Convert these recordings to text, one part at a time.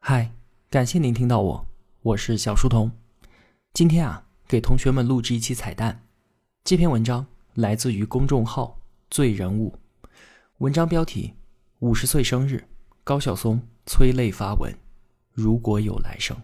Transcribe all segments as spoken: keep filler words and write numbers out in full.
嗨，感谢您听到我，我是小书童。今天啊，给同学们录制一期彩蛋。这篇文章来自于公众号醉人物，文章标题：五十岁生日，高晓松催泪发文，如果有来生。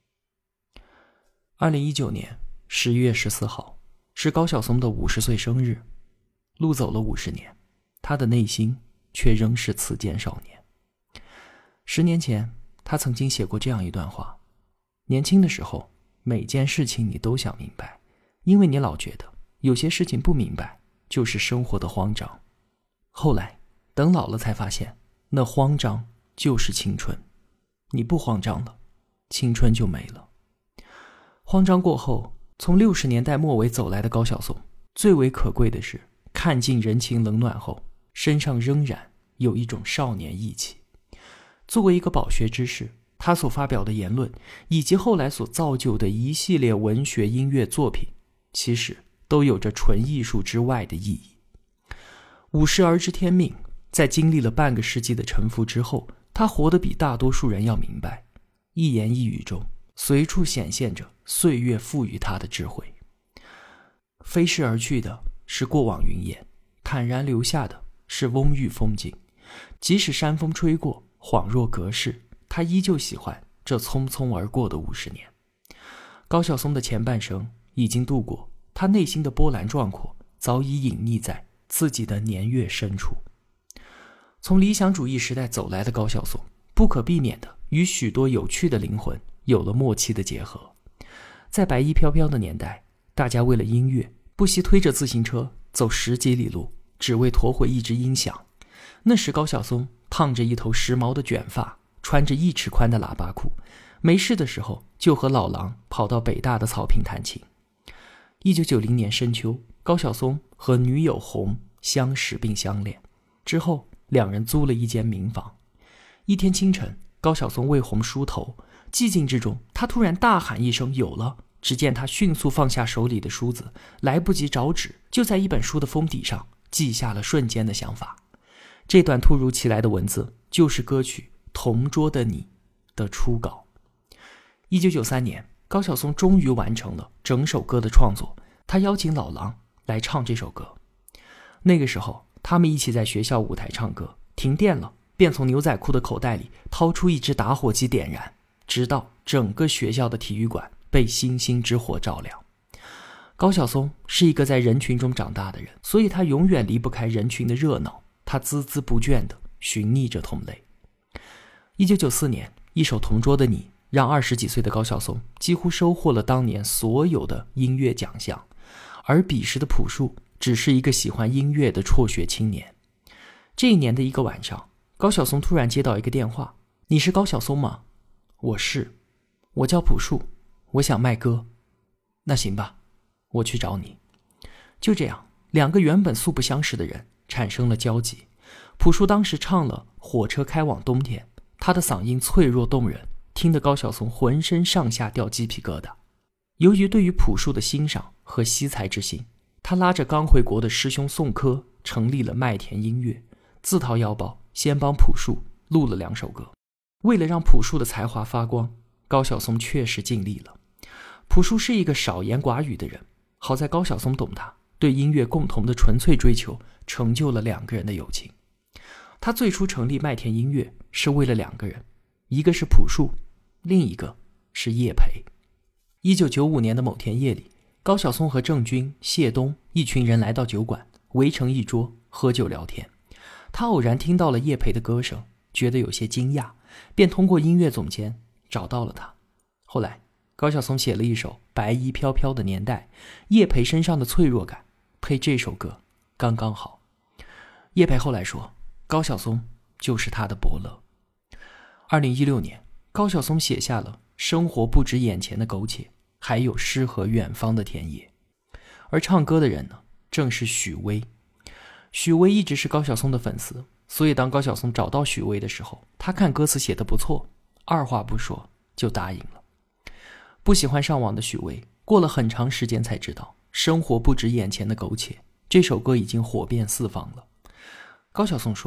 二零一九年十一月十四号是高晓松的五十岁生日，路走了五十年，他的内心却仍是此间少年。十年前他曾经写过这样一段话：年轻的时候，每件事情你都想明白，因为你老觉得有些事情不明白就是生活的慌张。后来等老了才发现，那慌张就是青春。你不慌张了，青春就没了。慌张过后，从六十年代末尾走来的高晓松，最为可贵的是看尽人情冷暖后，身上仍然有一种少年义气。作为一个饱学之士，他所发表的言论以及后来所造就的一系列文学音乐作品，其实都有着纯艺术之外的意义。五十而知天命，在经历了半个世纪的沉浮之后，他活得比大多数人要明白，一言一语中随处显现着岁月赋予他的智慧。飞逝而去的是过往云烟，坦然留下的是翁郁风景。即使山风吹过，恍若隔世，他依旧喜欢这匆匆而过的五十年。高晓松的前半生已经度过，他内心的波澜壮阔早已隐匿在自己的年月深处。从理想主义时代走来的高晓松，不可避免的与许多有趣的灵魂有了默契的结合。在白衣飘飘的年代，大家为了音乐不惜推着自行车走十几里路，只为驮回一支音响。那时高晓松烫着一头时髦的卷发，穿着一尺宽的喇叭裤，没事的时候就和老狼跑到北大的草坪弹琴。一九九零年深秋，高晓松和女友红相识并相恋，之后两人租了一间民房。一天清晨，高晓松为红梳头，寂静之中他突然大喊一声有了，只见他迅速放下手里的梳子，来不及找纸，就在一本书的封底上记下了瞬间的想法。这段突如其来的文字就是歌曲《同桌的你》的初稿。一九九三年，高晓松终于完成了整首歌的创作，他邀请老狼来唱这首歌。那个时候他们一起在学校舞台唱歌，停电了便从牛仔裤的口袋里掏出一支打火机点燃，直到整个学校的体育馆被星星之火照亮。高晓松是一个在人群中长大的人，所以他永远离不开人群的热闹，他孜孜不倦地寻觅着同类。一九九四年，一首《同桌的你》让二十几岁的高晓松几乎收获了当年所有的音乐奖项，而彼时的朴树只是一个喜欢音乐的辍学青年。这一年的一个晚上，高晓松突然接到一个电话：你是高晓松吗？我是，我叫朴树，我想卖歌。那行吧，我去找你。就这样，两个原本素不相识的人产生了交集。朴树当时唱了《火车开往冬天》，他的嗓音脆弱动人，听得高晓松浑身上下掉鸡皮疙瘩。由于对于朴树的欣赏和惜才之心，他拉着刚回国的师兄宋柯成立了麦田音乐，自掏腰包先帮朴树录了两首歌。为了让朴树的才华发光，高晓松确实尽力了。朴树是一个少言寡语的人，好在高晓松懂他，对音乐共同的纯粹追求成就了两个人的友情。他最初成立麦田音乐是为了两个人，一个是朴树，另一个是叶培。一九九五年的某天夜里，高晓松和郑钧、谢东一群人来到酒馆，围成一桌喝酒聊天。他偶然听到了叶培的歌声，觉得有些惊讶，便通过音乐总监找到了他。后来高晓松写了一首《白衣飘飘的年代》，叶培身上的脆弱感配这首歌刚刚好。叶培后来说，高晓松就是他的伯乐。二零一六年，高晓松写下了生活不止眼前的苟且，还有诗和远方的田野。而唱歌的人呢，正是许巍。许巍一直是高晓松的粉丝，所以当高晓松找到许巍的时候，他看歌词写得不错，二话不说就答应了。不喜欢上网的许巍，过了很长时间才知道生活不止眼前的苟且这首歌已经火遍四方了。高晓松说，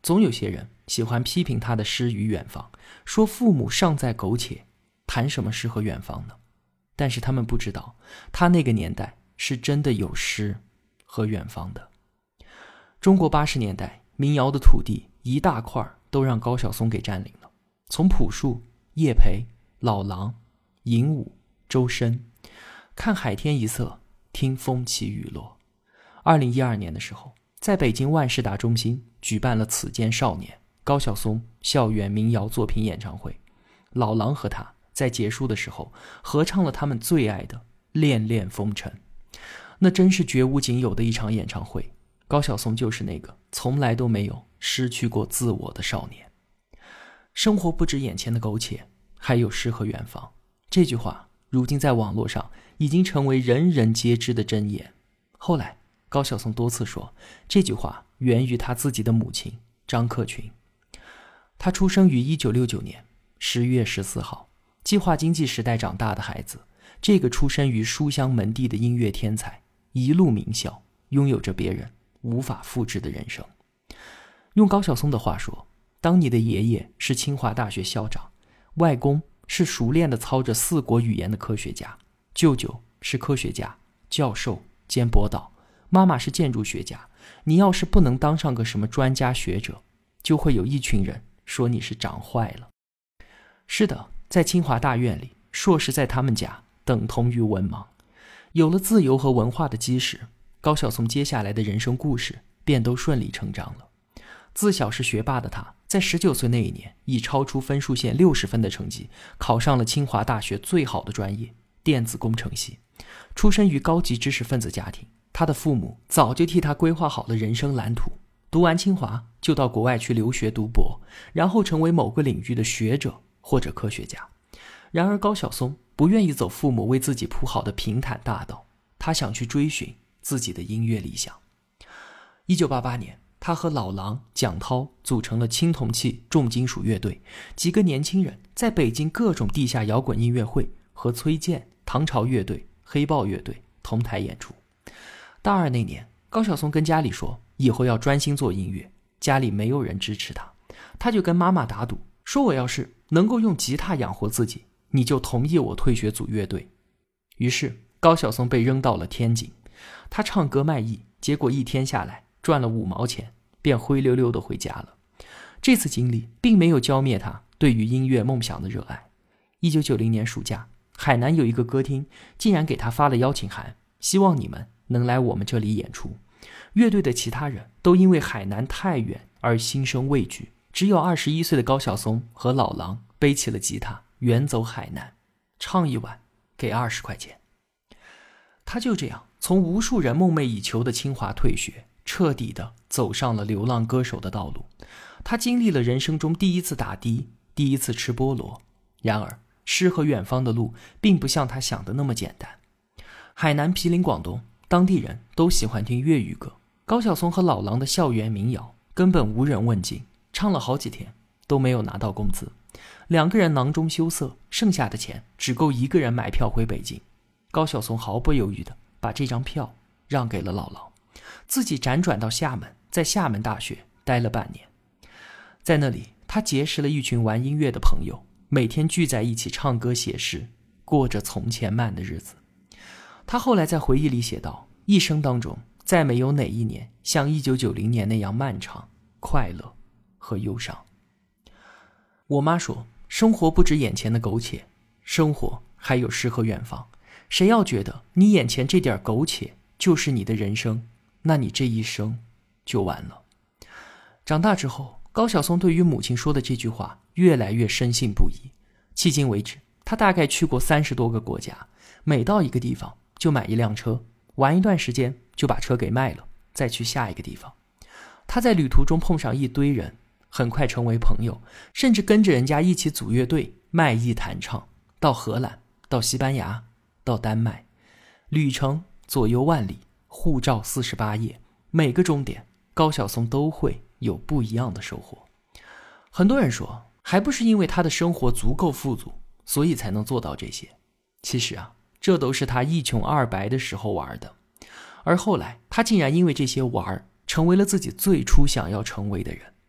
总有些人喜欢批评他的诗与远方，说父母尚在苟且，谈什么诗和远方呢？但是他们不知道，他那个年代是真的有诗和远方的。中国八十年代民谣的土地一大块都让高晓松给占领了，从朴树、叶培、老狼、尹武、周深，看海天一色，听风起雨落。二零一二年的时候，在北京万事达中心举办了此间少年高晓松校园民谣作品演唱会，老狼和他在结束的时候合唱了他们最爱的《恋恋风尘》。那真是绝无仅有的一场演唱会，高晓松就是那个从来都没有失去过自我的少年。生活不止眼前的苟且，还有诗和远方。这句话如今在网络上已经成为人人皆知的箴言。后来高晓松多次说，这句话源于他自己的母亲张克群。他出生于一九六九年十月十四号，计划经济时代长大的孩子，这个出身于书香门第的音乐天才，一路名校，拥有着别人无法复制的人生。用高晓松的话说，当你的爷爷是清华大学校长，外公是熟练地操着四国语言的科学家，舅舅是科学家、教授兼博导，妈妈是建筑学家，你要是不能当上个什么专家学者，就会有一群人说你是长坏了。是的，在清华大院里，硕士在他们家等同于文盲。有了自由和文化的基石，高晓松接下来的人生故事便都顺理成章了。自小是学霸的他，在十九岁那一年，以超出分数线六十分的成绩，考上了清华大学最好的专业——电子工程系。出身于高级知识分子家庭，他的父母早就替他规划好了人生蓝图。读完清华就到国外去留学读博，然后成为某个领域的学者或者科学家。然而高晓松不愿意走父母为自己铺好的平坦大道，他想去追寻自己的音乐理想。一九八八年，他和老狼、蒋涛组成了青铜器重金属乐队，几个年轻人在北京各种地下摇滚音乐会和崔健、唐朝乐队、黑豹乐队同台演出。大二那年，高晓松跟家里说以后要专心做音乐，家里没有人支持他，他就跟妈妈打赌，说我要是能够用吉他养活自己，你就同意我退学组乐队。于是高晓松被扔到了天津，他唱歌卖艺，结果一天下来赚了五毛钱，便灰溜溜的回家了。这次经历并没有浇灭他对于音乐梦想的热爱。一九九零年暑假，海南有一个歌厅竟然给他发了邀请函，希望你们能来我们这里演出。乐队的其他人都因为海南太远而心生畏惧，只有二十一岁的高晓松和老狼背起了吉他远走海南，唱一晚给二十块钱。他就这样从无数人梦寐以求的清华退学，彻底的走上了流浪歌手的道路。他经历了人生中第一次打的，第一次吃菠萝。然而诗和远方的路并不像他想的那么简单。海南毗邻广东，当地人都喜欢听粤语歌，高晓松和老狼的校园民谣根本无人问津，唱了好几天都没有拿到工资。两个人囊中羞涩，剩下的钱只够一个人买票回北京。高晓松毫不犹豫地把这张票让给了老狼，自己辗转到厦门，在厦门大学待了半年。在那里，他结识了一群玩音乐的朋友，每天聚在一起唱歌写诗，过着从前慢的日子。他后来在回忆里写道，一生当中再没有哪一年像一九九零年那样漫长、快乐和忧伤。我妈说，生活不止眼前的苟且，生活还有诗和远方。谁要觉得你眼前这点苟且就是你的人生，那你这一生就完了。长大之后，高晓松对于母亲说的这句话越来越深信不疑。迄今为止，他大概去过三十多个国家，每到一个地方就买一辆车，玩一段时间就把车给卖了，再去下一个地方。他在旅途中碰上一堆人，很快成为朋友，甚至跟着人家一起组乐队卖艺弹唱，到荷兰，到西班牙，到丹麦。旅程左右万里，护照四十八页，每个终点高晓松都会有不一样的收获。很多人说，还不是因为他的生活足够富足，所以才能做到这些。其实啊，这都是他一穷二白的时候玩的。而后来他竟然因为这些玩，成为了自己最初想要成为的人。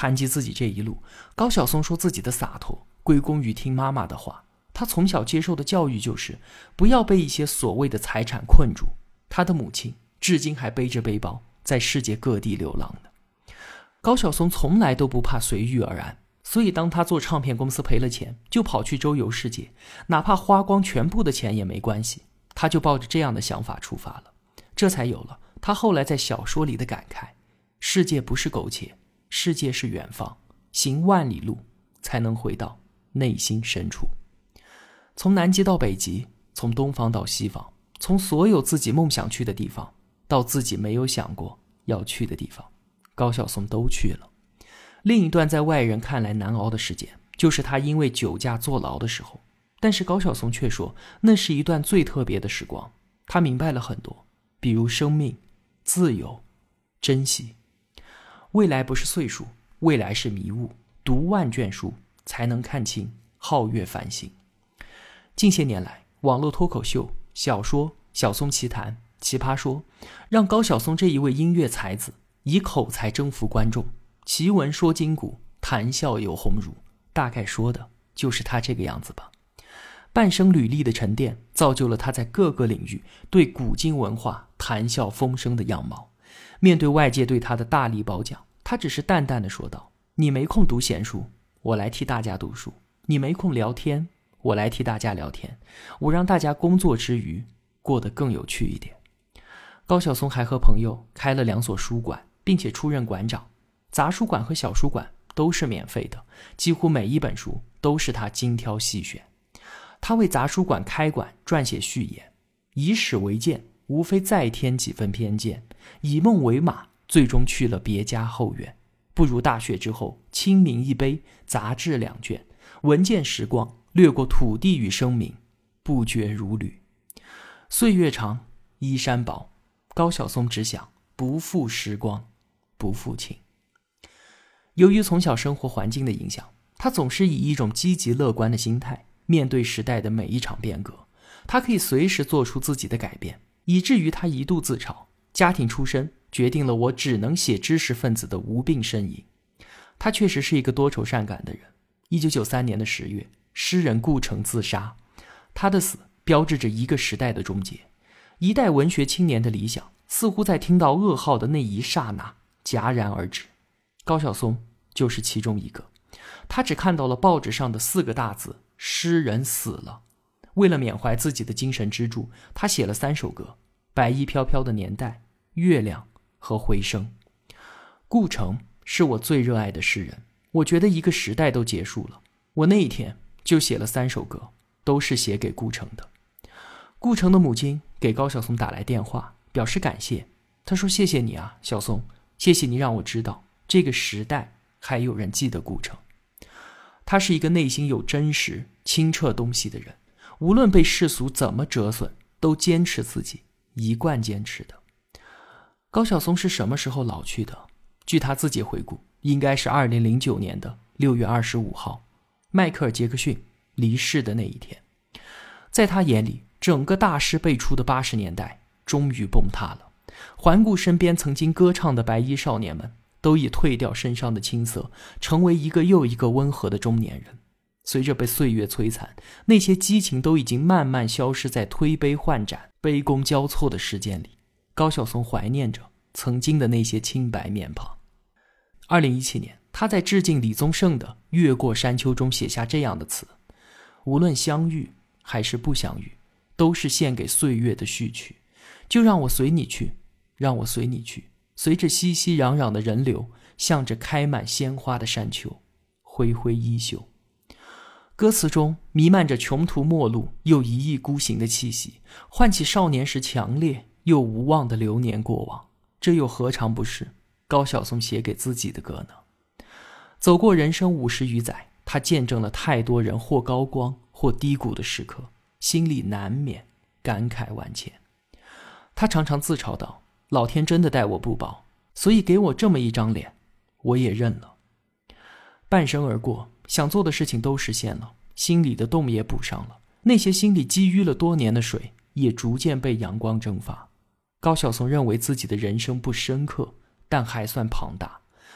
谈及自己这一路，高晓松说自己的洒脱归功于听妈妈的话。他从小接受的教育就是不要被一些所谓的财产困住。他的母亲至今还背着背包在世界各地流浪呢。高晓松从来都不怕随遇而安，所以当他做唱片公司赔了钱，就跑去周游世界，哪怕花光全部的钱也没关系。他就抱着这样的想法出发了，这才有了他后来在小说里的感慨：世界不是苟且，世界是远方，行万里路才能回到内心深处。从南极到北极，从东方到西方，从所有自己梦想去的地方到自己没有想过要去的地方，高晓松都去了。另一段在外人看来难熬的时间，就是他因为酒驾坐牢的时候，但是高晓松却说那是一段最特别的时光。他明白了很多，比如生命、自由、珍惜。未来不是岁数，未来是迷雾，读万卷书才能看清皓月繁星。近些年来，网络脱口秀、小说、小松奇谈、奇葩说，让高晓松这一位音乐才子以口才征服观众，奇闻说今古，谈笑有鸿儒，大概说的就是他这个样子吧。半生履历的沉淀，造就了他在各个领域对古今文化谈笑风生的样貌。面对外界对他的大力褒奖，他只是淡淡的说道：你没空读闲书，我来替大家读书；你没空聊天，我来替大家聊天，我让大家工作之余过得更有趣一点。高晓松还和朋友开了两所书馆，并且出任馆长。杂书馆和小书馆都是免费的，几乎每一本书都是他精挑细选。他为杂书馆开馆撰写序言：以史为鉴，无非再添几分偏见；以梦为马，最终去了别家后院。不如大学之后，清明一杯，杂志两卷，闻见时光，掠过土地与生命，不绝如缕。岁月长，衣衫薄，高晓松只想不负时光，不负情。由于从小生活环境的影响，他总是以一种积极乐观的心态面对时代的每一场变革。他可以随时做出自己的改变，以至于他一度自嘲，家庭出身决定了我只能写知识分子的无病呻吟。他确实是一个多愁善感的人。一九九三年的十月，诗人顾城自杀，他的死标志着一个时代的终结。一代文学青年的理想似乎在听到噩耗的那一刹那戛然而止。高晓松就是其中一个。他只看到了报纸上的四个大字：诗人死了。为了缅怀自己的精神支柱，他写了三首歌：白衣飘飘的年代、月亮和回声。顾城是我最热爱的诗人，我觉得一个时代都结束了。我那一天就写了三首歌，都是写给顾城的。顾城的母亲给高晓松打来电话，表示感谢。他说：谢谢你啊，晓松，谢谢你让我知道这个时代还有人记得顾城。他是一个内心有真实、清澈东西的人，无论被世俗怎么折损，都坚持自己，一贯坚持的。高晓松是什么时候老去的？据他自己回顾，应该是二零零九年的六月二十五号，迈克尔·杰克逊离世的那一天。在他眼里，整个大师辈出的八十年代终于崩塌了。环顾身边曾经歌唱的白衣少年们，都已褪掉身上的青涩，成为一个又一个温和的中年人。随着被岁月摧残，那些激情都已经慢慢消失在推杯换盏、杯弓交错的时间里。高晓松怀念着曾经的那些清白面庞。二零一七年，他在致敬李宗盛的《越过山丘》中写下这样的词：无论相遇还是不相遇，都是献给岁月的序曲。就让我随你去，让我随你去，随着熙熙攘攘的人流，向着开满鲜花的山丘，挥挥衣袖。歌词中弥漫着穷途末路又一意孤行的气息，唤起少年时强烈又无望的流年过往。这又何尝不是高晓松写给自己的歌呢？走过人生五十余载，他见证了太多人或高光或低谷的时刻，心里难免感慨万千。他常常自嘲道：老天真的待我不薄，所以给我这么一张脸，我也认了。半生而过，想做的事情都实现了，心里的洞也补上了，那些心里积淤了多年的水也逐渐被阳光蒸发。高晓松认为自己的人生不深刻，但还算庞大。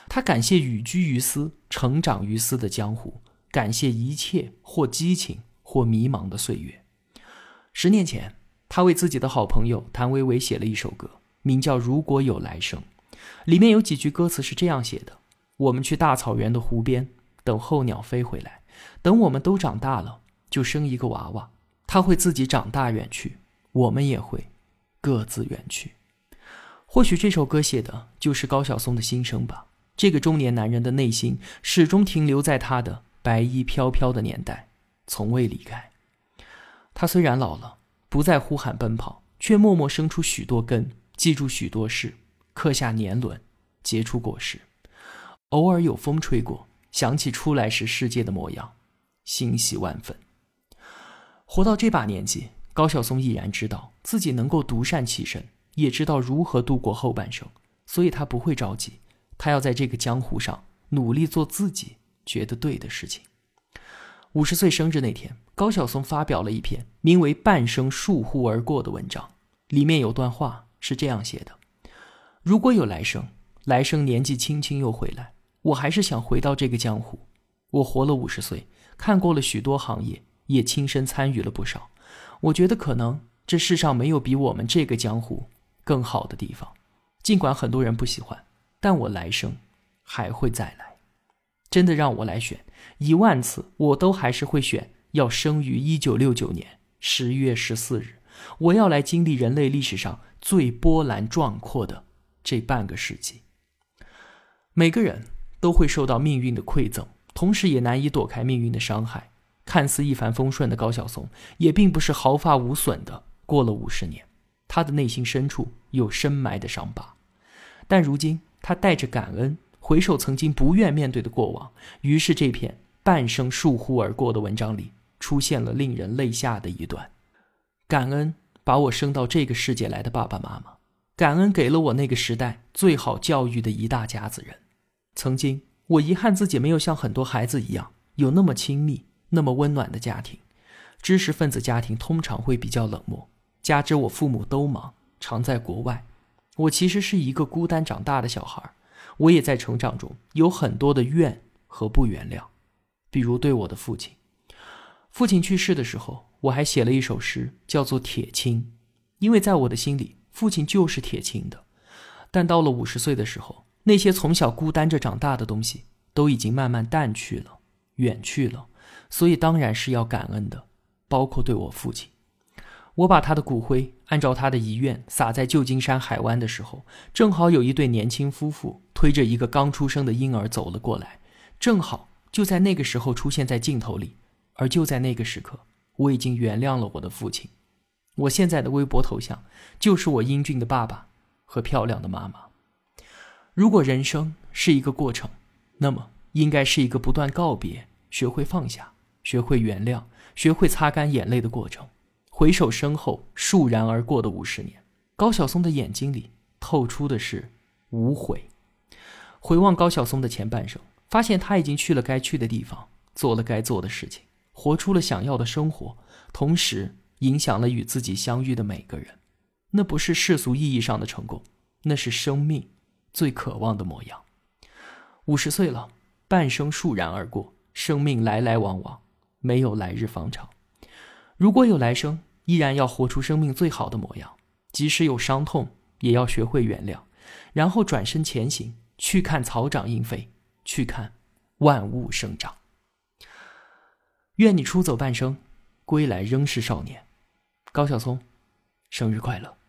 他感谢寓居于斯、成长于斯的江湖，感谢一切或激情或迷茫的岁月。十年前，他为自己的好朋友谭维维写了一首歌，名叫《如果有来生》。里面有几句歌词是这样写的：我们去大草原的湖边，等候鸟飞回来，等我们都长大了，就生一个娃娃，他会自己长大远去，我们也会各自远去。或许这首歌写的就是高晓松的心声吧。这个中年男人的内心始终停留在他的白衣飘飘的年代，从未离开。他虽然老了，不再呼喊奔跑，却默默生出许多根，记住许多事，刻下年轮，结出果实。偶尔有风吹过，想起出来时世界的模样，欣喜万分。活到这把年纪，高晓松毅然知道自己能够独善其身，也知道如何度过后半生，所以他不会着急，他要在这个江湖上努力做自己觉得对的事情。五十岁生日那天，高晓松发表了一篇名为《半生倏忽而过》的文章，里面有段话是这样写的：如果有来生，来生年纪轻轻又回来，我还是想回到这个江湖。我活了五十岁，看过了许多行业，也亲身参与了不少。我觉得可能这世上没有比我们这个江湖更好的地方，尽管很多人不喜欢，但我来生还会再来。真的让我来选一万次，我都还是会选要生于一九六九年十月十四日，我要来经历人类历史上最波澜壮阔的这半个世纪。每个人都会受到命运的馈赠，同时也难以躲开命运的伤害。看似一帆风顺的高晓松，也并不是毫发无损的过了五十年，他的内心深处有深埋的伤疤。但如今他带着感恩回首曾经不愿面对的过往，于是这篇半生倏忽而过的文章里出现了令人泪下的一段：感恩把我生到这个世界来的爸爸妈妈，感恩给了我那个时代最好教育的一大家子人。曾经我遗憾自己没有像很多孩子一样有那么亲密那么温暖的家庭，知识分子家庭通常会比较冷漠，加之我父母都忙，常在国外，我其实是一个孤单长大的小孩。我也在成长中有很多的怨和不原谅，比如对我的父亲。父亲去世的时候，我还写了一首诗，叫做《铁青》，因为在我的心里，父亲就是铁青的。但到了五十岁的时候，那些从小孤单着长大的东西都已经慢慢淡去了，远去了，所以当然是要感恩的，包括对我父亲。我把他的骨灰按照他的遗愿撒在旧金山海湾的时候，正好有一对年轻夫妇推着一个刚出生的婴儿走了过来，正好就在那个时候出现在镜头里。而就在那个时刻，我已经原谅了我的父亲。我现在的微博头像就是我英俊的爸爸和漂亮的妈妈。如果人生是一个过程，那么应该是一个不断告别，学会放下，学会原谅，学会擦干眼泪的过程。回首身后倏然而过的五十年，高晓松的眼睛里透出的是无悔。回望高晓松的前半生，发现他已经去了该去的地方，做了该做的事情，活出了想要的生活，同时影响了与自己相遇的每个人。那不是世俗意义上的成功，那是生命最渴望的模样。五十岁了，半生倏然而过，生命来来往往，没有来日方长。如果有来生，依然要活出生命最好的模样，即使有伤痛，也要学会原谅，然后转身前行，去看草长莺飞，去看万物生长。愿你出走半生，归来仍是少年。高晓松，生日快乐。